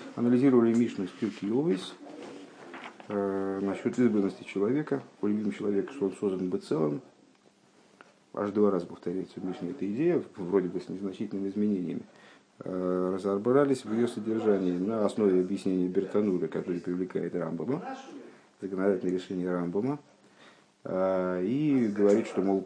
Анализировали Мишну из Пирки Йовис насчет избранности человека, по любимому человеку, что он создан бы целым. Аж 2 раза повторяется в Мишне эта идея, вроде бы с незначительными изменениями. Разобрались в ее содержании на основе объяснения Бертанура, который привлекает Рамбама, законодательное решение Рамбама, и говорит, что, мол,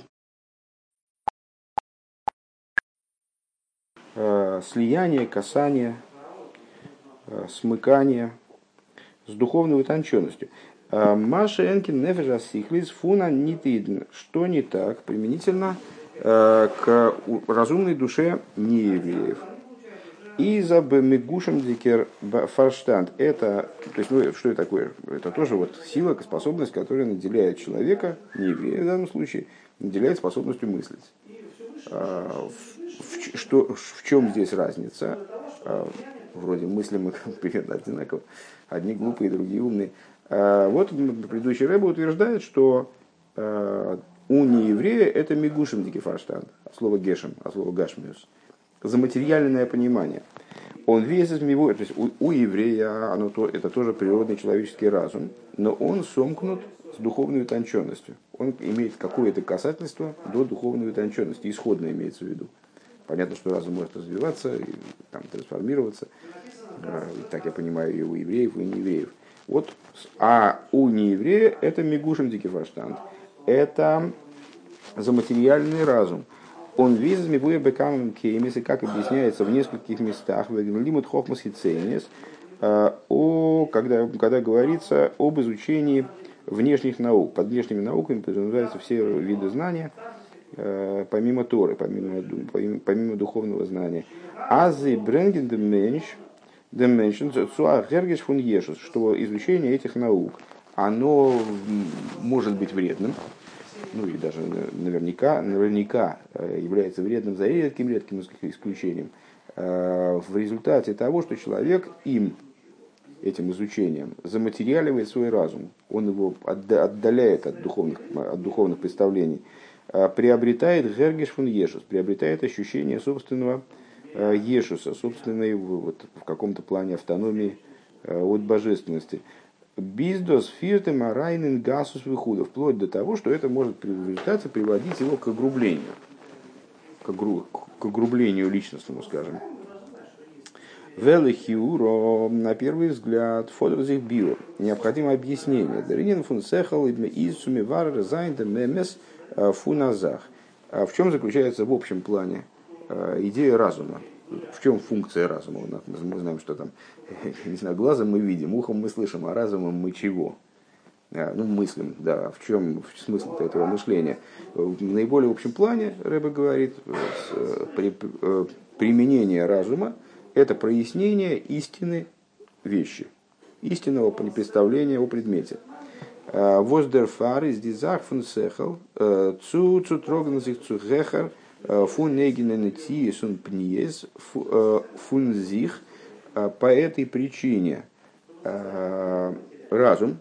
слияние, касание, смыкание с духовной утонченностью. Маша Энкин Нефежа Сихлис Фуна Нитидн. Что не так применительно к разумной душе неевреев. Иза Мегушем Дикер Фарштанд. Это, то есть, ну, что это такое? Это тоже вот сила, способность, которая наделяет человека, нееврея в данном случае, наделяет способностью мыслить. В чем здесь разница? Вроде мысли мы примерно одинаково. Одни глупые, другие умные. Вот предыдущий рэбе утверждает, что у нееврея это мигушем дикефарштанд, от слова гешем, от слова гашмиус, заматериальное понимание. Он весь из него, то есть у еврея это тоже природный человеческий разум, но он сомкнут с духовной утонченностью. Он имеет какое-то касательство до духовной утонченности, исходно имеется в виду. Понятно, что разум может развиваться, и, там, трансформироваться. Так я понимаю, и у евреев, и у неевреев. Вот, а у нееврея это мигушем дикефарштанд. Это заматериальный разум. Он весь из мивуя бекамом кеймис, и как объясняется в нескольких местах, в лимут хохмас хицейнис, когда говорится об изучении внешних наук. Под внешними науками подразумеваются все виды знания, помимо Торы, помимо духовного знания. Азы бренген де менш, что изучение этих наук, оно может быть вредным, ну и даже наверняка является вредным за редким исключением, в результате того, что человек этим изучением заматериаливает свой разум, он его отдаляет от духовных представлений, приобретает гергеш фун ешус, приобретает ощущение собственного ешуса, собственной вот, в каком-то плане автономии от божественности. Биздос фиртем арайнен гасус выхода, вплоть до того, что это может в результате приводить его к огрублению, к огрублению личностному, скажем. Велихиуро, на первый взгляд, фодерзих био, необходимо объяснение. Даринин фун сехал из сумивар зайнда мемес фуназах. В чем заключается в общем плане идея разума? В чем функция разума? Мы знаем, что там, не знаю, глазом мы видим, ухом мы слышим, а разумом мы чего? Ну, мыслим, да. В чем смысл этого мышления? В наиболее общем плане, Рэбе говорит, применение разума – это прояснение истины вещи, истинного представления о предмете. Воздерфар из дизах фун сехал, цу троган sich zu гехар, фун негинен тиесун пниес, фун зих. По этой причине разум,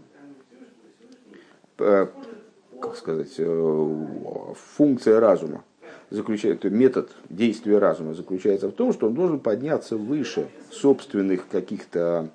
как сказать, функция разума, метод действия разума заключается в том, что он должен подняться выше собственных каких-то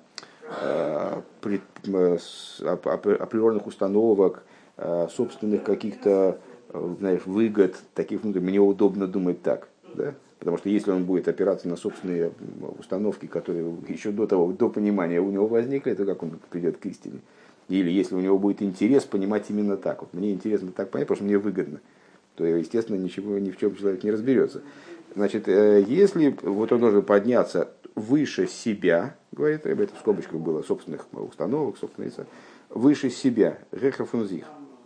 априорных установок, собственных каких-то, знаешь, выгод, таких, ну, мне удобно думать так, да? Потому что если он будет опираться на собственные установки, которые еще до понимания у него возникли, то как он придет к истине? Или если у него будет интерес понимать именно так, вот мне интересно так понять, потому что мне выгодно, то, естественно, ни в чем человек не разберется. Значит, если вот он должен подняться выше себя, говорит, это в скобочках было, собственных установок, собственных, выше себя, гехафунзих.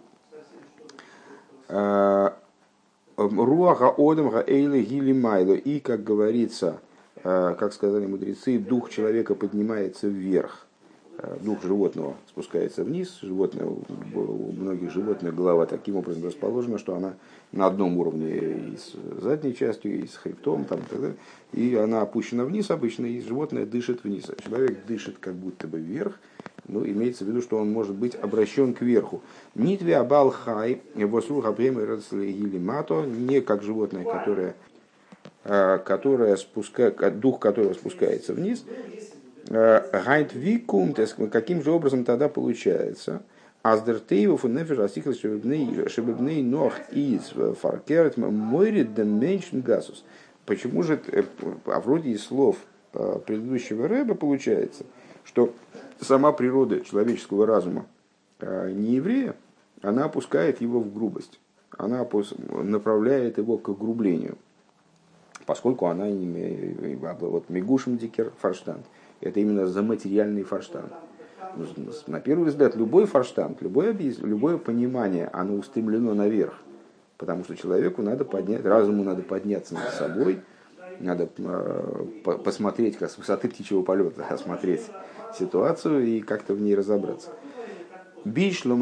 Руаха одам эйле гили майло. И, как говорится, как сказали мудрецы, дух человека поднимается вверх, дух животного спускается вниз. Животное, у многих животных голова таким образом расположена, что она на одном уровне и с задней частью, и с хребтом, там, и так далее. И она опущена вниз обычно, и животное дышит вниз. А человек дышит как будто бы вверх. Ну, имеется в виду, что он может быть обращен кверху. Нитве абал хай, его слух апремы или мато, не как животное, которое дух которого спускается вниз. Гайд викум, каким же образом тогда получается? Аздертейвов и нефиш асихлес шебебней нох из фаркерет мойрит ден меньшн гасус. Почему же, а вроде из слов предыдущего рэба получается, что сама природа человеческого разума не еврея, она опускает его в грубость, она направляет его к огрублению, поскольку она вот мигушем дикер фарштанд, это именно за материальный фарштанд. На первый взгляд, любой фарштанд, любое понимание, оно устремлено наверх, потому что человеку надо разуму надо подняться над собой, надо посмотреть, как с высоты птичьего полета, осмотреть ситуацию и как-то в ней разобраться. Еще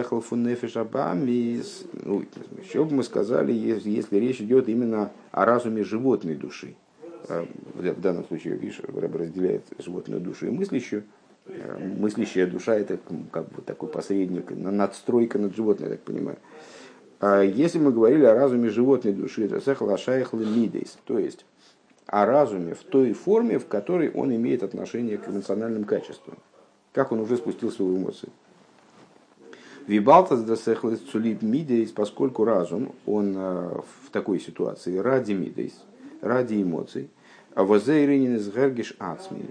бы мы сказали, если речь идет именно о разуме животной души. В данном случае, видишь, Рэб разделяет животную душу и мыслящую. Мыслящая душа — это как бы такой посредник, надстройка над животной, я так понимаю. Если мы говорили о разуме животной души, это сехал ашайх лемидейс, то есть о разуме в той форме, в которой он имеет отношение к эмоциональным качествам, как он уже спустил свои эмоции. Вибалтас да сехал цулит мидейс, поскольку разум, он в такой ситуации ради мидейс, ради эмоций, а возейринин из гергиш ацми,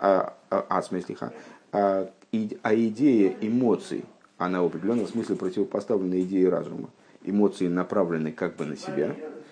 а идея эмоций, она в определенном смысле противопоставлена идее разума. Эмоции направлены как бы на себя.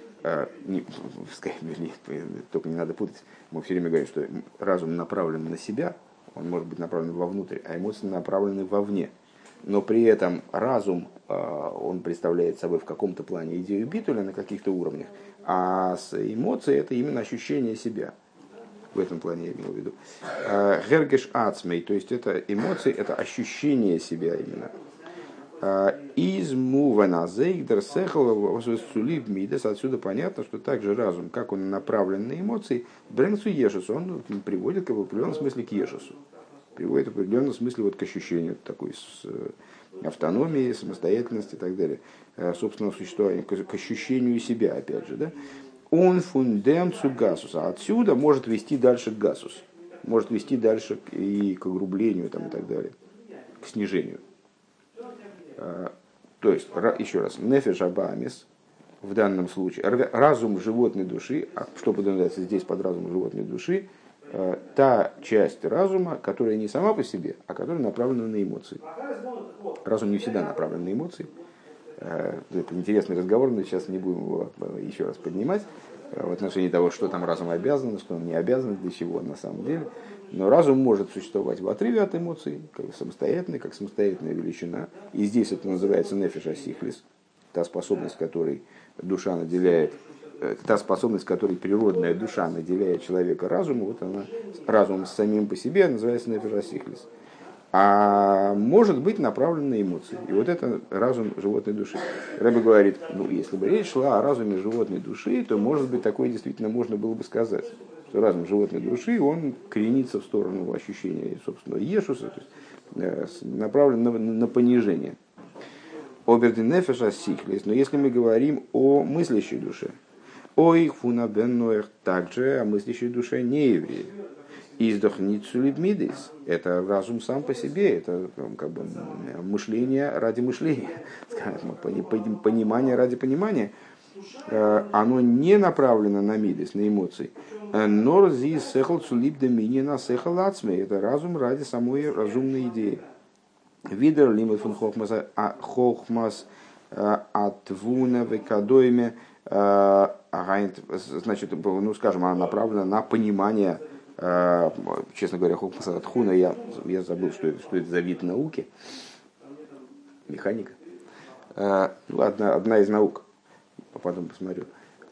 Только не надо путать. Мы все время говорим, что разум направлен на себя, он может быть направлен вовнутрь, а эмоции направлены вовне. Но при этом разум, он представляет собой в каком-то плане идею битуля на каких-то уровнях, а эмоции — это именно ощущение себя. В этом плане я имел в виду. Гергеш ацмей, то есть это эмоции, это ощущение себя именно. Из мувана зейгдер сехал сулив мидес. Отсюда понятно, что также разум, как он направлен на эмоции, брэнгсу ешесу, он приводит в определенном смысле к ешесу. Приводит в определенном смысле вот к ощущению такой автономии, самостоятельности и так далее, собственного существования, к ощущению себя, опять же, да? Он фундем цу гасуса. Отсюда может вести дальше к гасус. Может вести дальше и к огрублению там, и так далее. К снижению. То есть, еще раз, нефеш абамис в данном случае, разум животной души, что подразумевается здесь под разумом животной души, та часть разума, которая не сама по себе, а которая направлена на эмоции. Разум не всегда направлен на эмоции. Это интересный разговор, но сейчас не будем его еще раз поднимать в отношении того, что там разум обязан, что он не обязан, для чего на самом деле. Но разум может существовать в отрыве от эмоций, как самостоятельная величина. И здесь это называется нефеш асихлис, та способность, которой душа наделяет, та способность, которой природная душа наделяет человека разуму, вот она, разум самим по себе называется нефеш асихлис. А может быть направлен на эмоции. И вот это разум животной души. Рэбе говорит, если бы речь шла о разуме животной души, то, может быть, такое действительно можно было бы сказать. Что разум животной души, он кренится в сторону ощущения собственного ешуса, то есть направлен на понижение. Обердин нефеш асихлис. Но если мы говорим о мыслящей душе, о их фунабенноях, также о мыслящей душе не евреев. Издохницулибмидис. Это разум сам по себе, это как бы мышление ради мышления, понимание ради понимания. Оно не направлено на мидис, на эмоции. Норзи сехал цулиб домини на сехал ацме. Это разум ради самой разумной идеи. Видер лимит фун хохмас атвуна векадойме. Значит, скажем, она направлена на понимание. Честно говоря, хохмас атхуна, я забыл, что это за вид науки. Механика. Одна из наук. Потом посмотрю.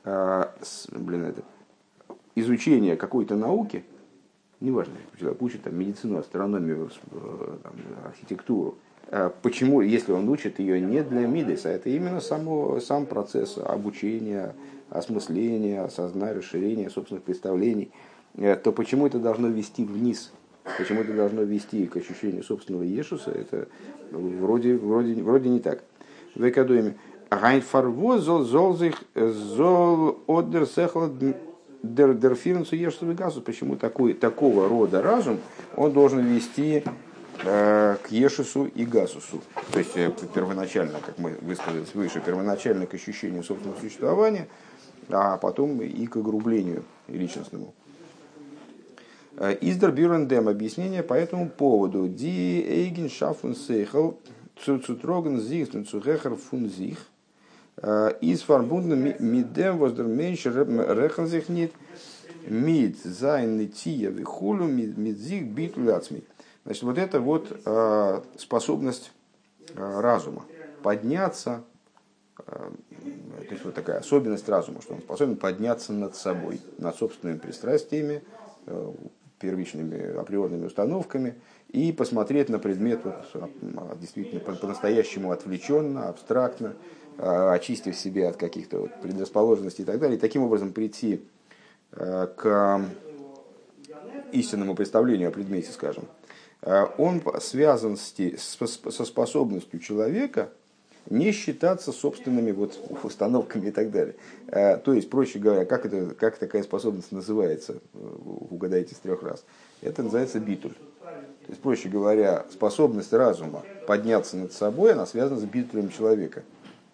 Это изучение какой-то науки, неважно, человек учит там, медицину, астрономию, архитектуру. Почему, если он учит ее не для мидеса, это именно сам процесс обучения, осмысления, осознания, расширения собственных представлений, то почему это должно вести вниз? Почему это должно вести к ощущению собственного ешуса? Это вроде не так. В экадоме. Дерфиренцу ешсу вегасу, почему такого рода разум он должен вести к ешесу и гасусу. То есть первоначально, как мы высказались выше, первоначально к ощущению собственного существования, а потом и к огрублению личностному. Издер Бюрендем объяснение по этому поводу. Ди эйген шафун сейхл цуцутроген зих цухехер фун зих из фарбунден мидем воздерменш рехен зих нит мид зайн тия вихулю мид зих битуляцми. Значит, вот это вот способность разума подняться, то есть вот такая особенность разума, что он способен подняться над собой, над собственными пристрастиями, первичными априорными установками и посмотреть на предмет вот, действительно по-настоящему отвлеченно, абстрактно, очистив себя от каких-то вот предрасположенностей и так далее, и таким образом прийти к истинному представлению о предмете, скажем. Он связан со способностью человека не считаться собственными вот установками и так далее. То есть, проще говоря, как такая способность называется, угадайте с 3 раз. Это называется битуль. То есть, проще говоря, способность разума подняться над собой, она связана с битулем человека.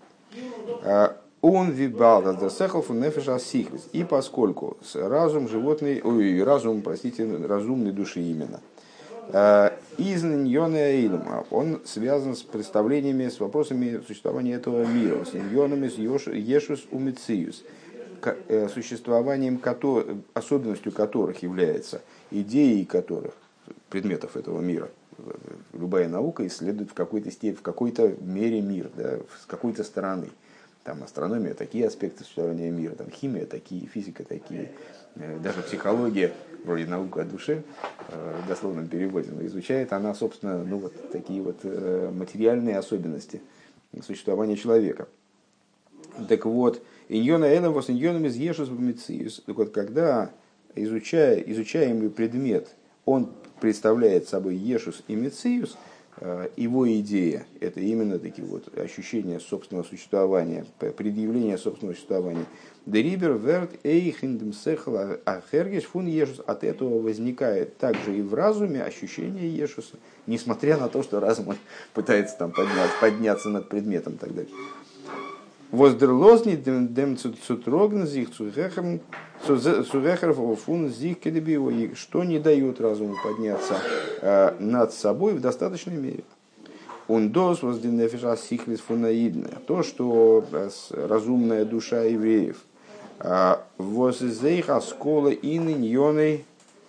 Он вибал и поскольку разум животный, разумной души именно, он связан с представлениями, с вопросами существования этого мира, с иньонами, с ешус умициюс, существованием особенностью которых является идеей которых, предметов этого мира. Любая наука исследует в какой-то степени, в какой-то мере мир, да, с какой-то стороны. Там астрономия такие аспекты существования мира, там химия такие, физика такие, даже психология, вроде наука о душе, в дословном переводе, но изучает она, собственно, ну, вот такие вот материальные особенности существования человека. Так вот, иньона элем вос иньоном из ешус бумициюс. Так вот, когда изучаемый предмет, он представляет собой ешус и мициюс, его идея – это именно такие вот ощущения собственного существования, предъявление собственного существования. Дерибер верт эйхиндем сехла ахергеш фун ешус. От этого возникает также и в разуме ощущение ешуса, несмотря на то, что разум пытается там подняться над предметом и так далее. Воздерлозни дем цутрогн зих цухехер фун зих кедебио. Что не дает разуму подняться над собой в достаточной мере. Ундос возденефиша сихлис фунаидная. То, что разумная душа евреев воззейх аскола иньоной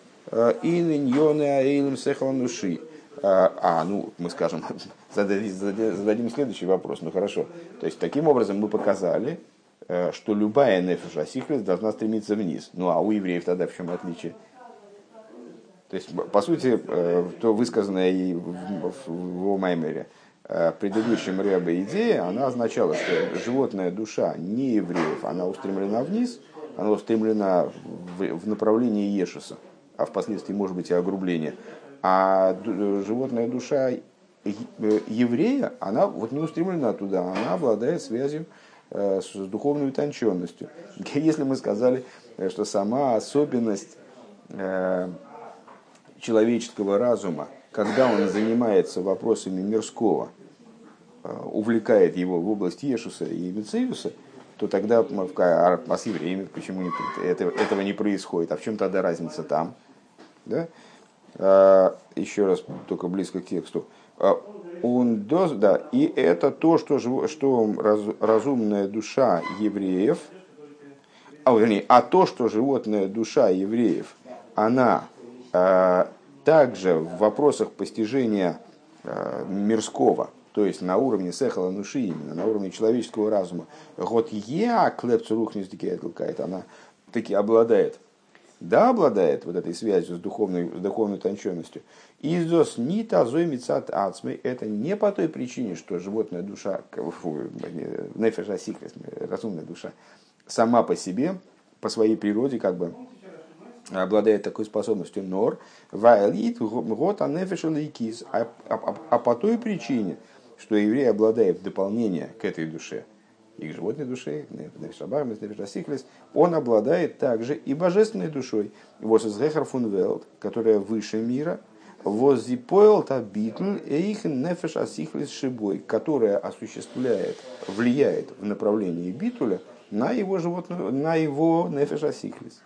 аэйлем сехлануши. Ну, мы скажем, зададим следующий вопрос. Ну хорошо. То есть, таким образом мы показали, что любая нефеш асихлис должна стремиться вниз. Ну, а у евреев тогда в чем отличие? То есть, по сути, то высказанное и в Маймере предыдущем Ребе идея, она означала, что животная душа не евреев, она устремлена вниз, она устремлена в направлении Ешуса, а впоследствии, может быть, и огрубления. А животная душа еврея, она вот не устремлена туда, она обладает связью с духовной утонченностью. Если мы сказали, что сама особенность человеческого разума, когда он занимается вопросами мирского, увлекает его в область Ешуса и Мециуса, то тогда а с евреями почему этого не происходит? А в чем тогда разница там? Да? Еще раз, только близко к тексту. Да, и это то, что разумная душа евреев, а то, что животная душа евреев, она также в вопросах постижения мирского, то есть на уровне сехала нуши, именно на уровне человеческого разума, вот она таки обладает вот этой связью с духовной утонченностью. Издос ни тазой мицат ацмей, это не по той причине, что животная душа, нефеш асихлес, разумная душа, сама по себе, по своей природе, как бы обладает такой способностью, нор, вайлит, гот, анефеш лейкис, а по той причине, что еврей обладает в дополнение к этой душе их животной душой, нефеш абаймес, нефеш асихлес, он обладает также и божественной душой, воз из гехар фун велт, которая выше мира, воз зипойл табитл эйх нефеш асихлес шибой, которая осуществляет, влияет в направлении битуля на его животную, на его нефеш асихлес.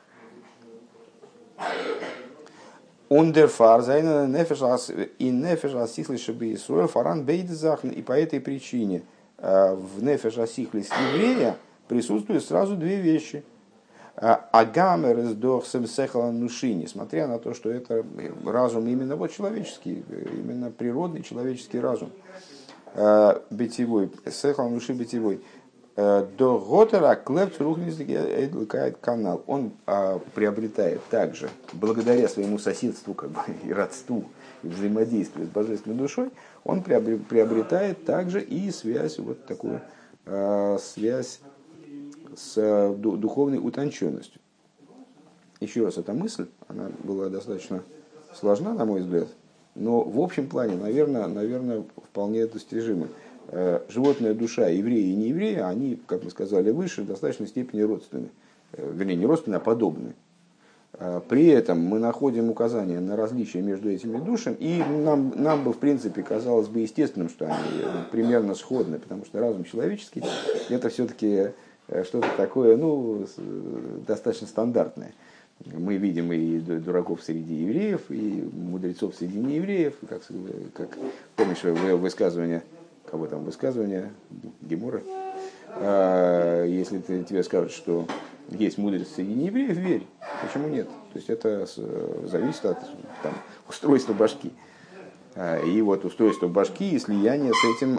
Ундерфар, и нефеш асихлес шибы Исруэль, фаран бейдзахн, и по этой причине в нефеш асихлес еврея присутствуют сразу две вещи. Агамер из дохсем сехала нуши, несмотря на то, что это разум именно вот человеческий, именно природный человеческий разум. Бетевой, сехала нуши бетевой. До Готера клепт рухнизликает канал. Он приобретает также, благодаря своему соседству как бы, и родству, и взаимодействию с божественной душой, он приобретает также и связь, вот такую связь с духовной утонченностью. Еще раз, эта мысль, она была достаточно сложна, на мой взгляд, но в общем плане, наверное, вполне достижима. Животная душа, евреи и неевреи, они, как мы сказали выше, в достаточной степени родственны. Вернее, не родственны, а подобны. При этом мы находим указания на различия между этими душами, и нам бы, в принципе, казалось бы естественным, что они примерно сходны, потому что разум человеческий – это все-таки что-то такое, достаточно стандартное. Мы видим и дураков среди евреев, и мудрецов среди неевреев, как помнишь высказывание, кого там высказывание, Гемора, если тебе скажут, что есть мудрец среди неевреев, верь. Почему нет? То есть это зависит от устройства башки. И вот устройство башки и слияние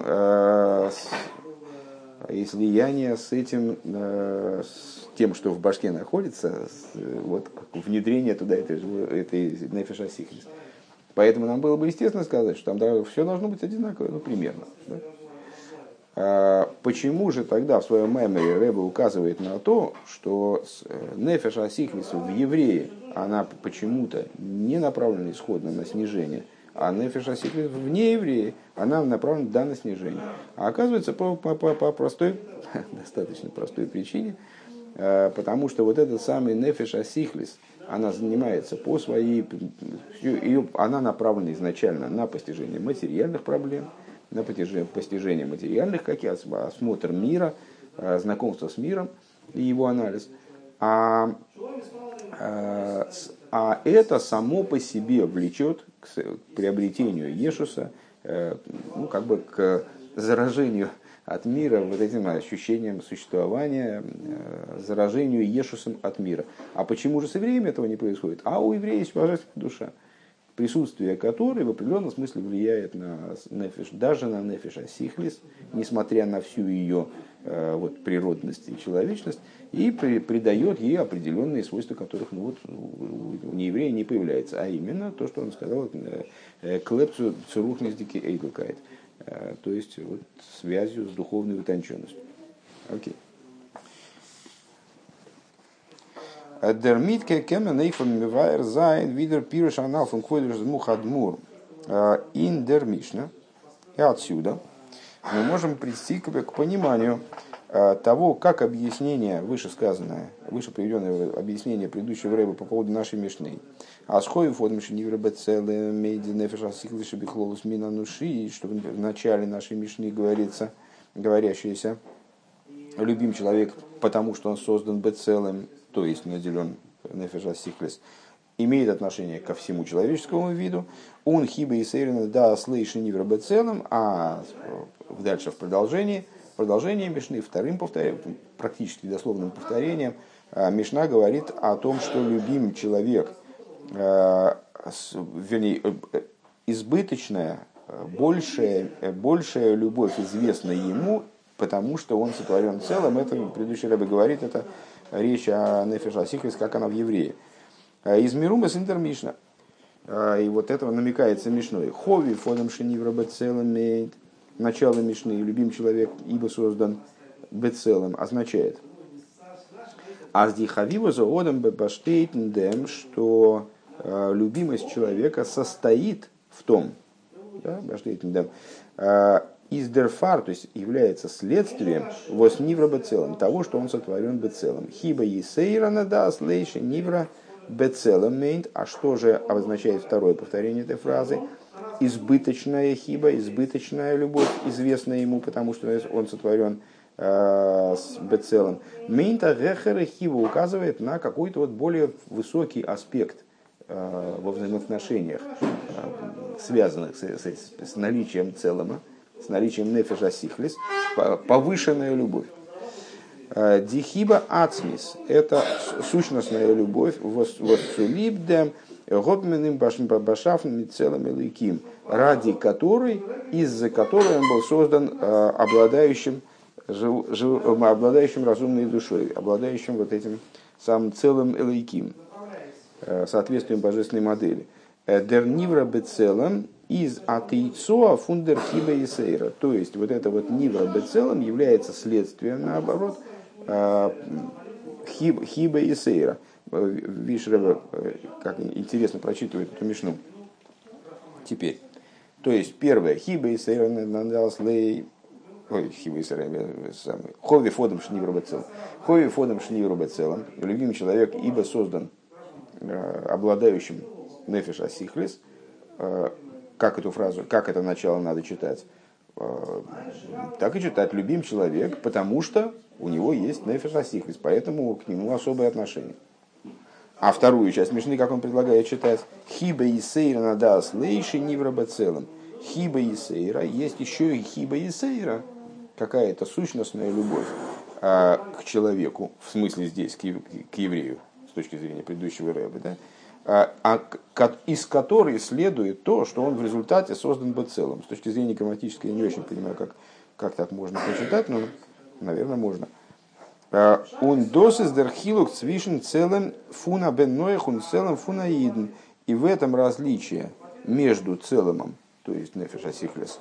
с с тем, что в башке находится, вот внедрение туда этой нефеш асихлес. Поэтому нам было бы естественно сказать, что там все должно быть одинаково, примерно. Да? Почему же тогда в своем маймере Ребе указывает на то, что нефеш асихлес в еврее, она почему-то не направлена исходно на снижение, а нефеш асихлес в нееврее, она направлена на снижение. А оказывается по простой, достаточно простой причине, потому что вот этот самый нефеш асихлес, она занимается по своей, она направлена изначально на постижение материальных проблем, на постижение материальных, как и осмотр мира, знакомство с миром и его анализ. А это само по себе влечет к приобретению Ешуса, к заражению от мира, вот этим ощущением существования, заражению Ешусом от мира. А почему же с евреями этого не происходит? А у еврея есть божественная душа, присутствие которой в определенном смысле влияет на нефеш, даже на нефеш асихлес, несмотря на всю ее природность и человечность, и придает ей определенные свойства, которых у нееврея не появляется. А именно то, что он сказал, клепцу цурухниздики эйдлкайт. То есть связью с духовной утонченностью. Окей. Дермитке кемен эйфон мивайр зайн видер пируш анал фун койдер мухадмур ин дер мишна. И отсюда мы можем прийти к пониманию того, как объяснение, выше приведенное объяснение предыдущего рэба по поводу нашей мишны. Асхой фодмиши нивребецеле мейди нефеш асихлиши бихлолус мина нуши, что в начале нашей мишны говорится, говорящееся, любим человек, потому что он создан бецелем, то есть наделен нефеш асихлис, имеет отношение ко всему человеческому виду. Он хиба и сейрена да слыши нивребецелем, а дальше в продолжении Мишны, вторым практически дословным повторением, Мишна говорит о том, что любим человек, избыточная, большая любовь известна ему, потому что он сотворен целым. Это предыдущий рэбе говорит, это речь о нефеш асихлес, как она в еврее. Из Мирума с Интермишна. И вот этого намекается Мишной. Хови фодам шенивра бецелем, начало Мишны, любим человек, ибо создан бецелем, означает. Аздихавива заодам бебаштейтендем, что любимость человека состоит в том, да, издерфар, то есть является следствием вос нивра бецелом, того, что он сотворен бецелом. Хиба есейра надас лейши нивра бецелом мейнт. А что же обозначает второе повторение этой фразы? Избыточная хиба, избыточная любовь, известная ему, потому что он сотворен с бецелом. Мейнта гехера хива указывает на какой-то вот более высокий аспект во взаимоотношениях, связанных с наличием целома, с наличием нефеша сихлис, повышенная любовь. Дихиба ацмис – это сущностная любовь, воссулибдем гопменным башафным целым эликим, ради которой, из-за которой он был создан обладающим разумной душой, обладающим вот этим самым целым элейким, соответствием божественной модели. Дернивра бецелом из атейцоа фундер хиба и сейра. То есть вот это вот нивра бецелом является следствием, наоборот, хиба и сейра. Видишь, Ребе, как интересно прочитывает эту мишну. Теперь. То есть первое. Хиба и сейра надалась лей. Ой, хиба и сейра. Хови фодом шнивра бецелом. Хови фодом шнивра бецелом. Любимый человек, ибо создан обладающим нефеш асихлис. Как эту фразу, как это начало надо читать? Так и читать: любим человек, потому что у него есть нефеш асихлис, поэтому к нему особое отношение. А вторую часть Мишны, как он предлагает читать: хиба и сейра надас лейши нивра бецелом. Хиба и сейра, есть еще и хиба и сейра, какая-то сущностная любовь к человеку, в смысле здесь к еврею, с точки зрения предыдущего рэба, да? Из которой следует то, что он в результате создан бецелом. С точки зрения грамматической я не очень понимаю, как так можно прочитать, но, наверное, можно. Он досис дерхилук цвишен целым фуна бен ноях он целым фуна иден. И в этом различие между целымом, то есть нефеш асихлес,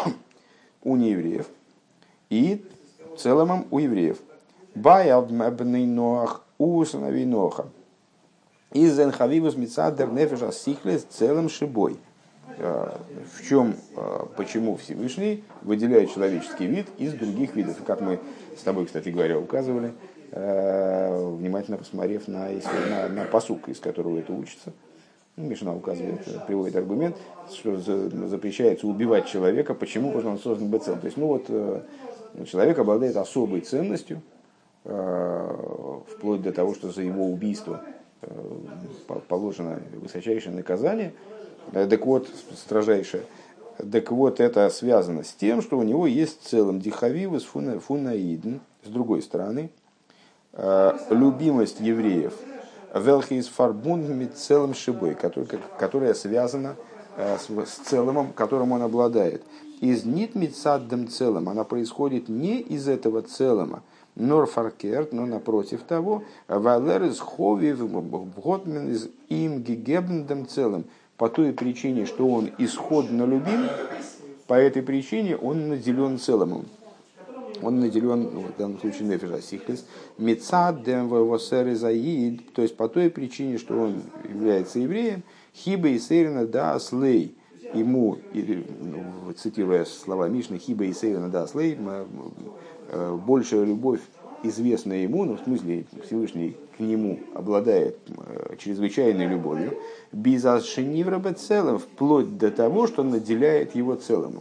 у неевреев, и целымом у евреев. Баяв бен ноах у сыновей Ноха. Из энхавивус мицадер нефеша сихлес целым шибой. В чем, почему Всевышний выделяет человеческий вид из других видов? Как мы с тобой, кстати говоря, указывали, внимательно посмотрев на пасук, из которого это учится. Мишна указывает, приводит аргумент, что запрещается убивать человека. Почему? Потому что он создан бецелом. То есть, человек обладает особой ценностью, вплоть до того, что за его убийство положено высочайшее наказание, так вот, строжайшее. Так вот, это связано с тем, что у него есть в целом дихавивус фунаидн, с другой стороны, любимость евреев, велхис фарбунд мит целым шибой, которая связана с целым, которым он обладает. Из нит митсаддем целым, она происходит не из этого целого, норфаркерт, но напротив того, валер из хови готмен из им гигебндем целым, по той причине, что он исходно любим, по этой причине он наделен целым. Он наделен, в данном случае, нефеш асихлес, митсаддем восер заид, то есть по той причине, что он является евреем, хиба и сейрна да слей, ему, цитируя слова Мишны, хиба и сейрна да слей, большая любовь, известная ему, но в смысле Всевышний к нему обладает чрезвычайной любовью, безашенивра бецелом, вплоть до того, что он наделяет его целым.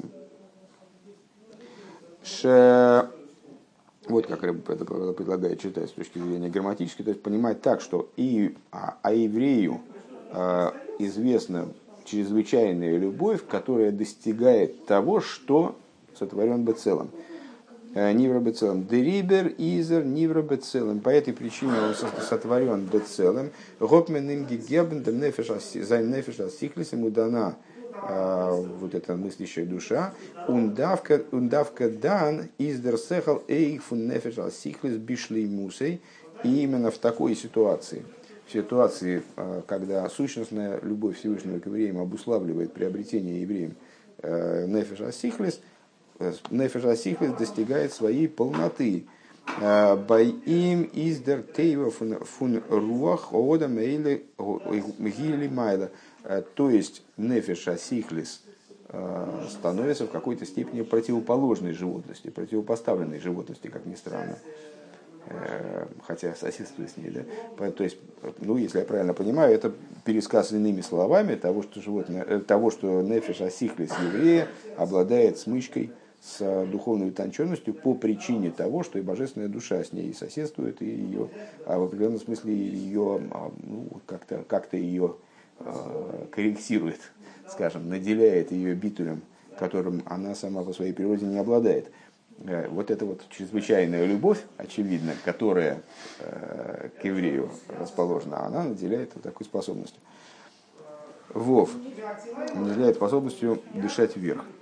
Вот как это предлагает читать с точки зрения грамматической, то есть понимать так, что еврею известна чрезвычайная любовь, которая достигает того, что сотворен бецелом. Нивра бецелем. Дерибер изер нивра бецелем. По этой причине он сотворен бецелем. Гопмен им гигебндем нефеша сихлис, ему дана вот эта мыслящая душа. Ундавка дан издер сехал эйх фун нефеша сихлис бишлей мусей. И именно в такой ситуации, когда сущностная любовь Всевышнего к евреям обуславливает приобретение евреем нефеша сихлис, нефеш асихлес достигает своей полноты. Байим издер тейва фун руах ода мейле гили майла. То есть нефеш асихлес становится в какой-то степени противоположной животности, противопоставленной животности, как ни странно. Хотя соседствует с ней, да? То есть, ну, если я правильно понимаю, это пересказ иными словами того, что животное, того, что нефеш асихлис еврея обладает смычкой с духовной утонченностью по причине того, что и божественная душа с ней соседствует, и ее, в определенном смысле ее, ну, как-то ее корректирует, скажем, наделяет ее битулем, которым она сама по своей природе не обладает. Вот эта вот чрезвычайная любовь, очевидно, которая к еврею расположена, она наделяет вот такой способностью. Вов наделяет способностью дышать вверх.